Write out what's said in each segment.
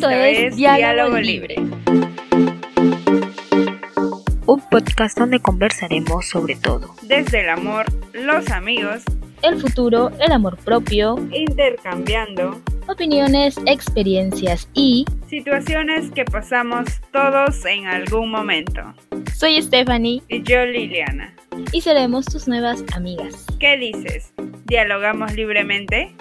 Esto es Diálogo Libre, un podcast donde conversaremos sobre todo. Desde el amor, los amigos, el futuro, el amor propio, intercambiando opiniones, experiencias y situaciones que pasamos todos en algún momento. Soy Stephanie y yo Liliana. Y seremos tus nuevas amigas. ¿Qué dices? ¿Dialogamos libremente?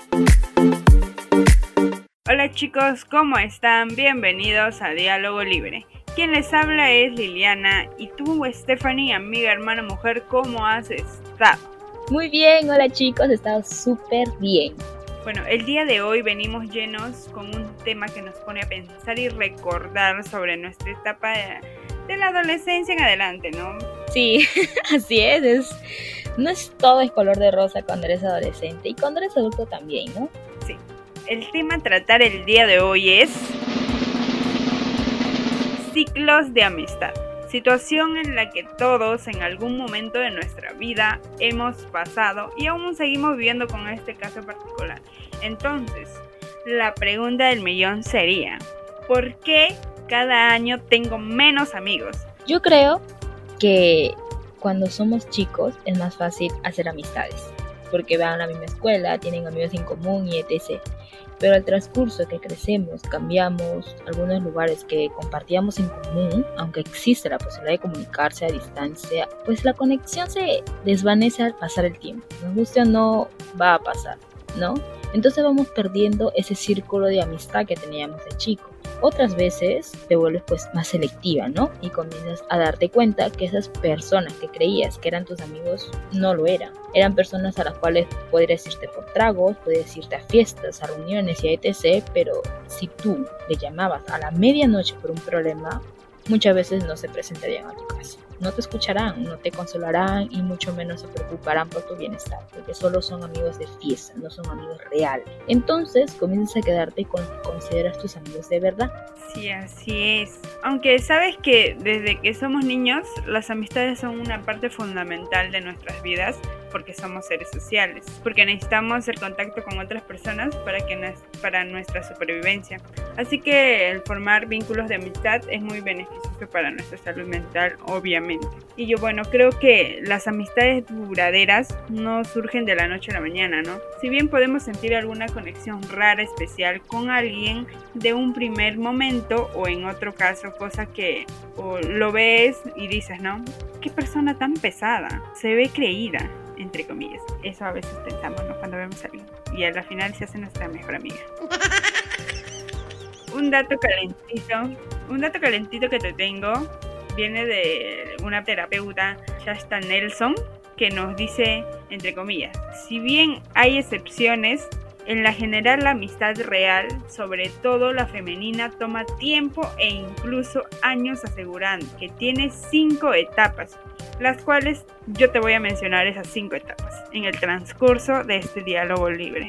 Hola chicos, ¿cómo están? Bienvenidos a Diálogo Libre. Quien les habla es Liliana. Y tú, Stephanie, amiga, hermana, mujer, ¿cómo has estado? Muy bien, hola chicos, he estado súper bien. Bueno, el día de hoy venimos llenos con un tema que nos pone a pensar y recordar sobre nuestra etapa de la adolescencia en adelante, ¿no? Sí, así es. No es todo es color de rosa cuando eres adolescente y cuando eres adulto también, ¿no? Sí. El tema a tratar el día de hoy es ciclos de amistad. Situación en la que todos en algún momento de nuestra vida hemos pasado y aún seguimos viviendo con este caso particular. Entonces, la pregunta del millón sería, ¿por qué cada año tengo menos amigos? Yo creo que cuando somos chicos es más fácil hacer amistades, porque van a la misma escuela, tienen amigos en común y etc. Pero al transcurso que crecemos, cambiamos algunos lugares que compartíamos en común, aunque existe la posibilidad de comunicarse a distancia, pues la conexión se desvanece al pasar el tiempo. Nos guste o no, va a pasar, ¿no? Entonces vamos perdiendo ese círculo de amistad que teníamos de chico. Otras veces te vuelves pues más selectiva, ¿no? Y comienzas a darte cuenta que esas personas que creías que eran tus amigos no lo eran. Eran personas a las cuales podrías irte por tragos, podrías irte a fiestas, a reuniones y a etc. Pero si tú le llamabas a la medianoche por un problema, muchas veces no se presentarían a tu casa. No te escucharán, no te consolarán y mucho menos se preocuparán por tu bienestar, porque solo son amigos de fiesta, no son amigos reales. Entonces comienzas a quedarte con los que consideras tus amigos de verdad. Sí, así es. Aunque sabes que desde que somos niños, las amistades son una parte fundamental de nuestras vidas, porque somos seres sociales, porque necesitamos el contacto con otras personas para nuestra supervivencia. Así que el formar vínculos de amistad es muy beneficioso para nuestra salud mental, obviamente. Y yo, creo que las amistades duraderas no surgen de la noche a la mañana, ¿no? Si bien podemos sentir alguna conexión rara, especial con alguien de un primer momento o en otro caso, cosa que o lo ves y dices, ¿no? ¿Qué persona tan pesada? Se ve creída, entre comillas. Eso a veces pensamos, ¿no? Cuando vemos a alguien. Y a la final se hace nuestra mejor amiga. Un dato calentito que te tengo viene de una terapeuta, Shasta Nelson, que nos dice, entre comillas, si bien hay excepciones, en la general la amistad real, sobre todo la femenina, toma tiempo e incluso años, asegurando que tiene 5 etapas, las cuales yo te voy a mencionar esas 5 etapas en el transcurso de este diálogo libre.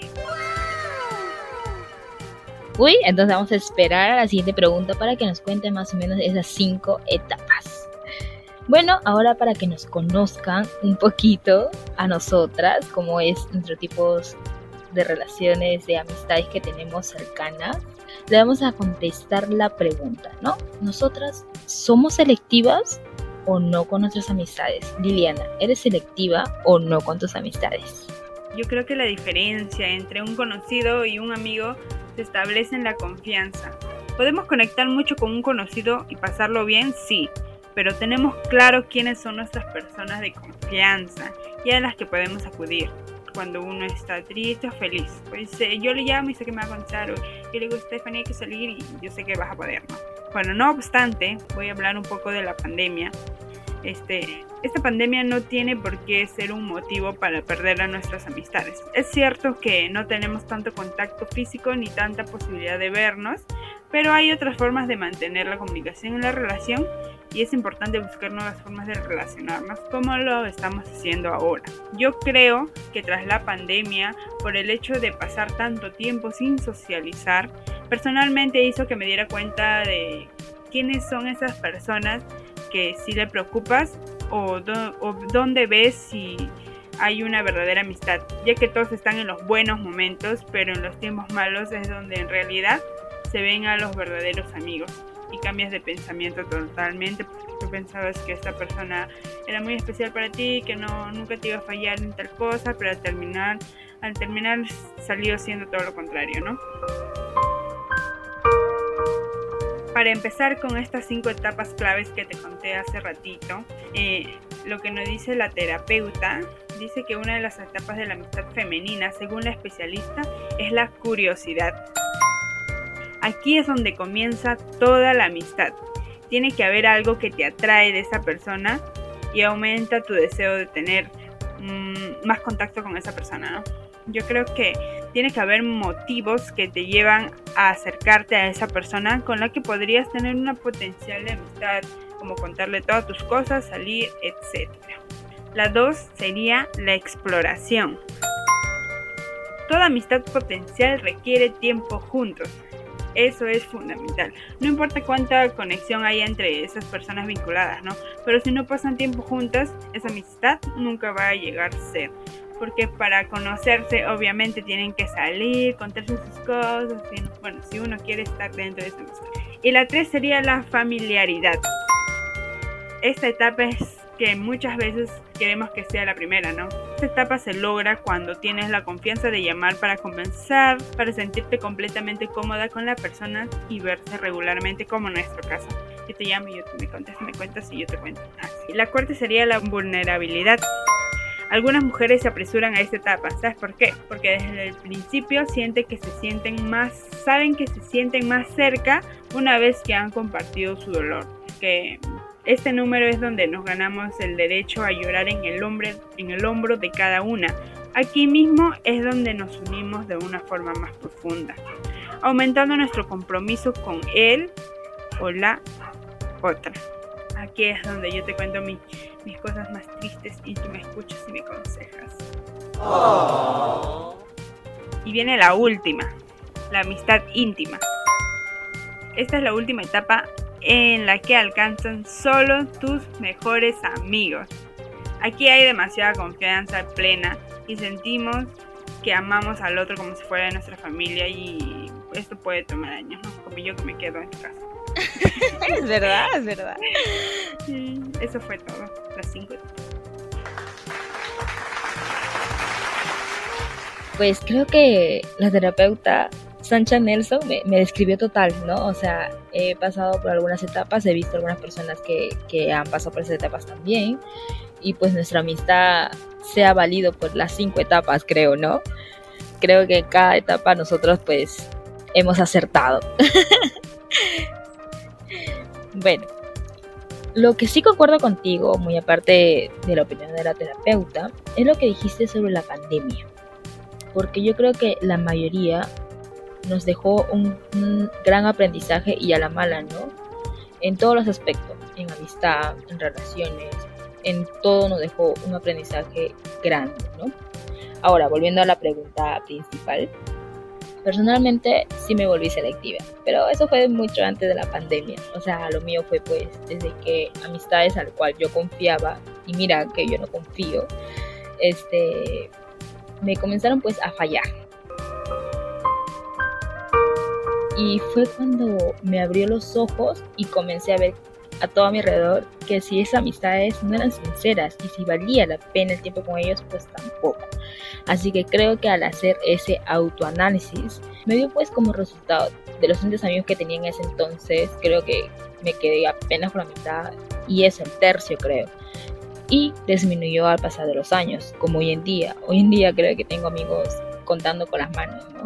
Uy, entonces vamos a esperar a la siguiente pregunta para que nos cuente más o menos esas 5 etapas. Bueno, ahora para que nos conozcan un poquito a nosotras, cómo es nuestro tipo de relaciones, de amistades que tenemos cercanas, le vamos a contestar la pregunta, ¿no? ¿Nosotras somos selectivas o no con nuestras amistades? Liliana, ¿eres selectiva o no con tus amistades? Yo creo que la diferencia entre un conocido y un amigo se establece en la confianza. ¿Podemos conectar mucho con un conocido y pasarlo bien? Sí, pero tenemos claro quiénes son nuestras personas de confianza y a las que podemos acudir cuando uno está triste o feliz. Pues yo le llamo y sé que me va a contar, yo le digo, Stephanie, hay que salir y yo sé que vas a poder, ¿no? Bueno, no obstante, voy a hablar un poco de la pandemia. Esta pandemia no tiene por qué ser un motivo para perder a nuestras amistades. Es cierto que no tenemos tanto contacto físico ni tanta posibilidad de vernos, pero hay otras formas de mantener la comunicación en la relación y es importante buscar nuevas formas de relacionarnos como lo estamos haciendo ahora. Yo creo que tras la pandemia, por el hecho de pasar tanto tiempo sin socializar, personalmente hizo que me diera cuenta de quiénes son esas personas que si le preocupas o dónde ves si hay una verdadera amistad, ya que todos están en los buenos momentos, pero en los tiempos malos es donde en realidad se ven a los verdaderos amigos y cambias de pensamiento totalmente, porque tú pensabas que esta persona era muy especial para ti, que nunca te iba a fallar en tal cosa, pero al terminar salió siendo todo lo contrario, ¿no? Para empezar con estas 5 etapas claves que te conté hace ratito, lo que nos dice la terapeuta, dice que una de las etapas de la amistad femenina, según la especialista, es la curiosidad. Aquí es donde comienza toda la amistad. Tiene que haber algo que te atrae de esa persona y aumenta tu deseo de tener más contacto con esa persona, ¿no? Yo creo que tiene que haber motivos que te llevan a acercarte a esa persona con la que podrías tener una potencial amistad, como contarle todas tus cosas, salir, etc. La 2 sería la exploración. Toda amistad potencial requiere tiempo juntos. Eso es fundamental. No importa cuánta conexión hay entre esas personas vinculadas, ¿no? Pero si no pasan tiempo juntas, esa amistad nunca va a llegar a ser. Porque para conocerse, obviamente, tienen que salir, contarse sus cosas. Bueno, si uno quiere estar dentro de esa amistad. Y la 3 sería la familiaridad. Esta etapa es que muchas veces queremos que sea la primera, ¿no? Esta etapa se logra cuando tienes la confianza de llamar para conversar, para sentirte completamente cómoda con la persona y verse regularmente, como en nuestro caso. Yo te llamo y tú me cuentas y yo te cuento. Así. La 4 sería la vulnerabilidad. Algunas mujeres se apresuran a esta etapa, ¿sabes por qué? Porque desde el principio saben que se sienten más cerca una vez que han compartido su dolor. Que este número es donde nos ganamos el derecho a llorar en el hombro de cada una. Aquí mismo es donde nos unimos de una forma más profunda, aumentando nuestro compromiso con él o la otra. Aquí es donde yo te cuento mis cosas más tristes y tú me escuchas y me aconsejas. Y viene la última, la amistad íntima. Esta es la última etapa en la que alcanzan solo tus mejores amigos. Aquí hay demasiada confianza plena y sentimos que amamos al otro como si fuera de nuestra familia, y esto puede tomar años, ¿no? Como yo que me quedo en casa. Es verdad. Sí, eso fue todo, las 5. Pues creo que la terapeuta Sancha Nelson me describió total, ¿no? O sea, he pasado por algunas etapas, he visto algunas personas que han pasado por esas etapas también, y pues nuestra amistad se ha valido por las 5 etapas, creo, ¿no? Creo que en cada etapa nosotros pues hemos acertado. Bueno, lo que sí concuerdo contigo, muy aparte de la opinión de la terapeuta, es lo que dijiste sobre la pandemia. Porque yo creo que la mayoría nos dejó un gran aprendizaje, y a la mala, ¿no? En todos los aspectos, en amistad, en relaciones, en todo nos dejó un aprendizaje grande, ¿no? Ahora, volviendo a la pregunta principal, personalmente sí me volví selectiva, pero eso fue mucho antes de la pandemia. O sea, lo mío fue pues desde que amistades al cual yo confiaba, y mira que yo no confío, me comenzaron pues a fallar. Y fue cuando me abrió los ojos y comencé a ver a todo a mi alrededor que si esas amistades no eran sinceras y si valía la pena el tiempo con ellos, pues tampoco. Así que creo que al hacer ese autoanálisis me dio pues como resultado de los 100 amigos que tenía en ese entonces, creo que me quedé apenas con la mitad, y es el tercio, creo. Y disminuyó al pasar de los años, como hoy en día. Hoy en día creo que tengo amigos contando con las manos, ¿no?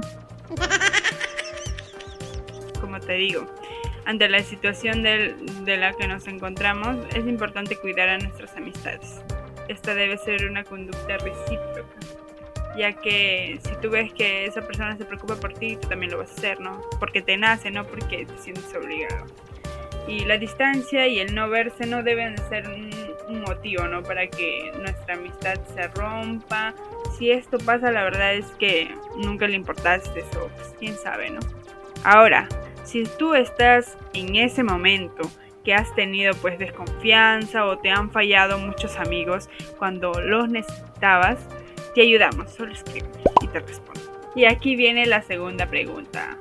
Como te digo, ante la situación de la que nos encontramos, es importante cuidar a nuestras amistades. Esta debe ser una conducta recíproca, ya que si tú ves que esa persona se preocupa por ti, tú también lo vas a hacer, ¿no? Porque te nace, no porque te sientes obligado. Y la distancia y el no verse no deben de ser un motivo, ¿no? Para que nuestra amistad se rompa. Si esto pasa, la verdad es que nunca le importaste eso, pues quién sabe, ¿no? Ahora, si tú estás en ese momento que has tenido pues desconfianza o te han fallado muchos amigos cuando los necesitabas, te ayudamos, solo escribe y te respondo. Y aquí viene la segunda pregunta.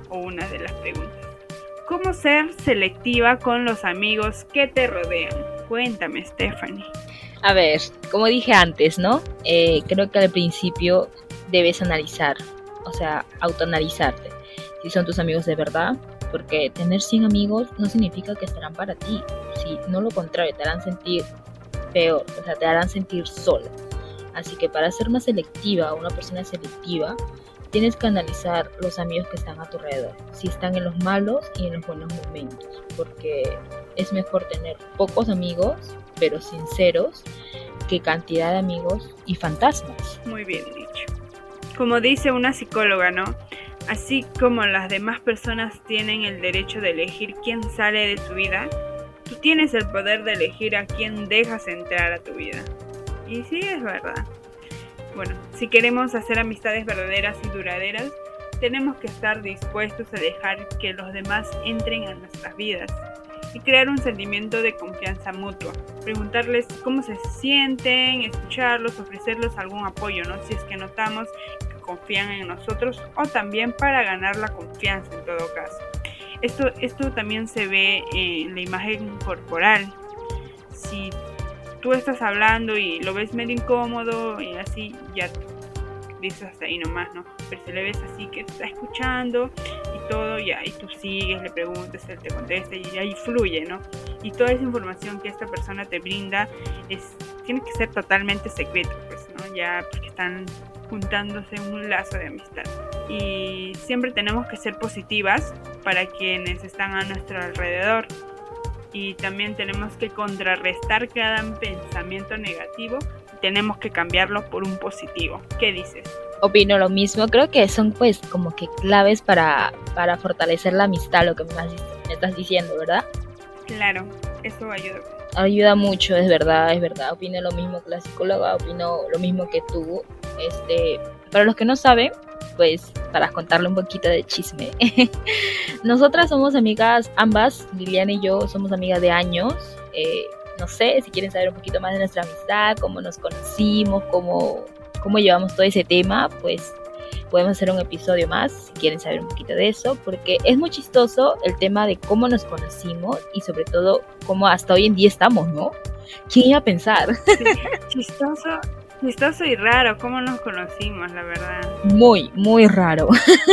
o una de las preguntas. ¿Cómo ser selectiva con los amigos que te rodean? Cuéntame, Stephanie. A ver, como dije antes, ¿no? Creo que al principio debes analizar, o sea, autoanalizarte. Si son tus amigos de verdad, porque tener 100 amigos no significa que estarán para ti. Si no, lo contrario, te harán sentir peor, o sea, te harán sentir sola. Así que para ser más selectiva, una persona selectiva, tienes que analizar los amigos que están a tu alrededor, si están en los malos y en los buenos momentos, porque es mejor tener pocos amigos, pero sinceros, que cantidad de amigos y fantasmas. Muy bien dicho. Como dice una psicóloga, ¿no? Así como las demás personas tienen el derecho de elegir quién sale de tu vida, tú tienes el poder de elegir a quién dejas entrar a tu vida. Y sí, es verdad. Bueno, si queremos hacer amistades verdaderas y duraderas, tenemos que estar dispuestos a dejar que los demás entren a nuestras vidas y crear un sentimiento de confianza mutua. Preguntarles cómo se sienten, escucharlos, ofrecerles algún apoyo, ¿no? Si es que notamos que confían en nosotros, o también para ganar la confianza en todo caso. Esto también se ve en la imagen corporal. Si tú estás hablando y lo ves medio incómodo y así, ya dices hasta ahí nomás, ¿no? Pero si le ves así que está escuchando y todo, ya, y tú sigues, le preguntas, él te contesta y ahí fluye, ¿no? Y toda esa información que esta persona te brinda tiene que ser totalmente secreto, pues, ¿no? Ya porque están juntándose en un lazo de amistad. Y siempre tenemos que ser positivas para quienes están a nuestro alrededor. Y también tenemos que contrarrestar cada pensamiento negativo y tenemos que cambiarlo por un positivo. ¿Qué dices? Opino lo mismo, creo que son pues como que claves para fortalecer la amistad, lo que me estás diciendo, ¿verdad? Claro, eso ayuda. Ayuda mucho, es verdad. Opino lo mismo que la psicóloga, opino lo mismo que tú. Para los que no saben, pues para contarle un poquito de chisme. Nosotras somos amigas, ambas, Liliana y yo somos amigas de años. No sé, si quieren saber un poquito más de nuestra amistad, cómo nos conocimos, cómo llevamos todo ese tema, pues podemos hacer un episodio más si quieren saber un poquito de eso, porque es muy chistoso el tema de cómo nos conocimos y sobre todo cómo hasta hoy en día estamos, ¿no? ¿Quién iba a pensar? Sí, chistoso y raro cómo nos conocimos, la verdad. Muy, muy raro.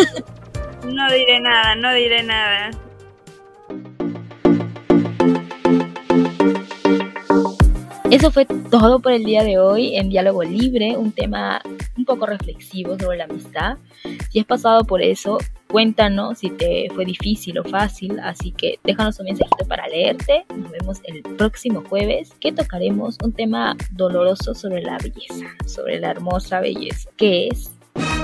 No diré nada. Eso fue todo por el día de hoy en Diálogo Libre, un tema un poco reflexivo sobre la amistad. Si has pasado por eso, cuéntanos si te fue difícil o fácil, así que déjanos un mensajito para leerte. Nos vemos el próximo jueves, que tocaremos un tema doloroso sobre la belleza, sobre la hermosa belleza, que es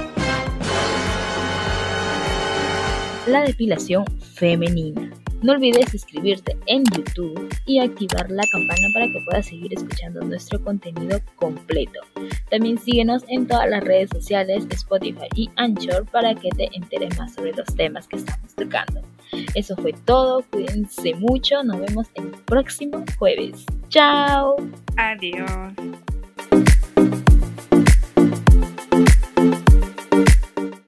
la depilación femenina. No olvides suscribirte en YouTube y activar la campana para que puedas seguir escuchando nuestro contenido completo. También síguenos en todas las redes sociales, Spotify y Anchor, para que te enteres más sobre los temas que estamos tocando. Eso fue todo, cuídense mucho, nos vemos el próximo jueves. ¡Chao! Adiós.